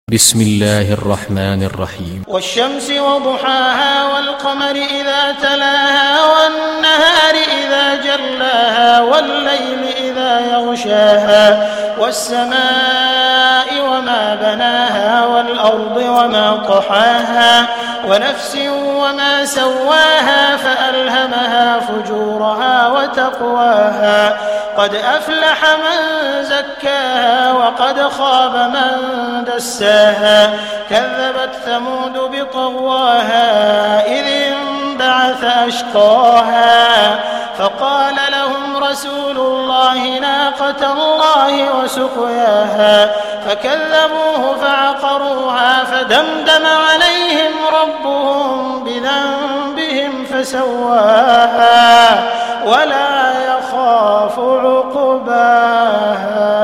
بسم الله الرحمن الرحيم والشمس وضحاها والقمر إذا تلاها والنهار إذا جلاها والليل إذا يغشاها والسماء وما بناها والأرض وما طحاها ونفس وما سواها فألهمها فجورها وتقواها قد أفلح من زكاها وقد خاب من دساها كذبت ثمود بطغواها إذ انبعث أشقاها فقال لهم رسول الله ناقة الله وسقياها فكذبوه فعقروها فدمدم عليهم ربهم بذنبهم فسواها ولا يخاف عقباها.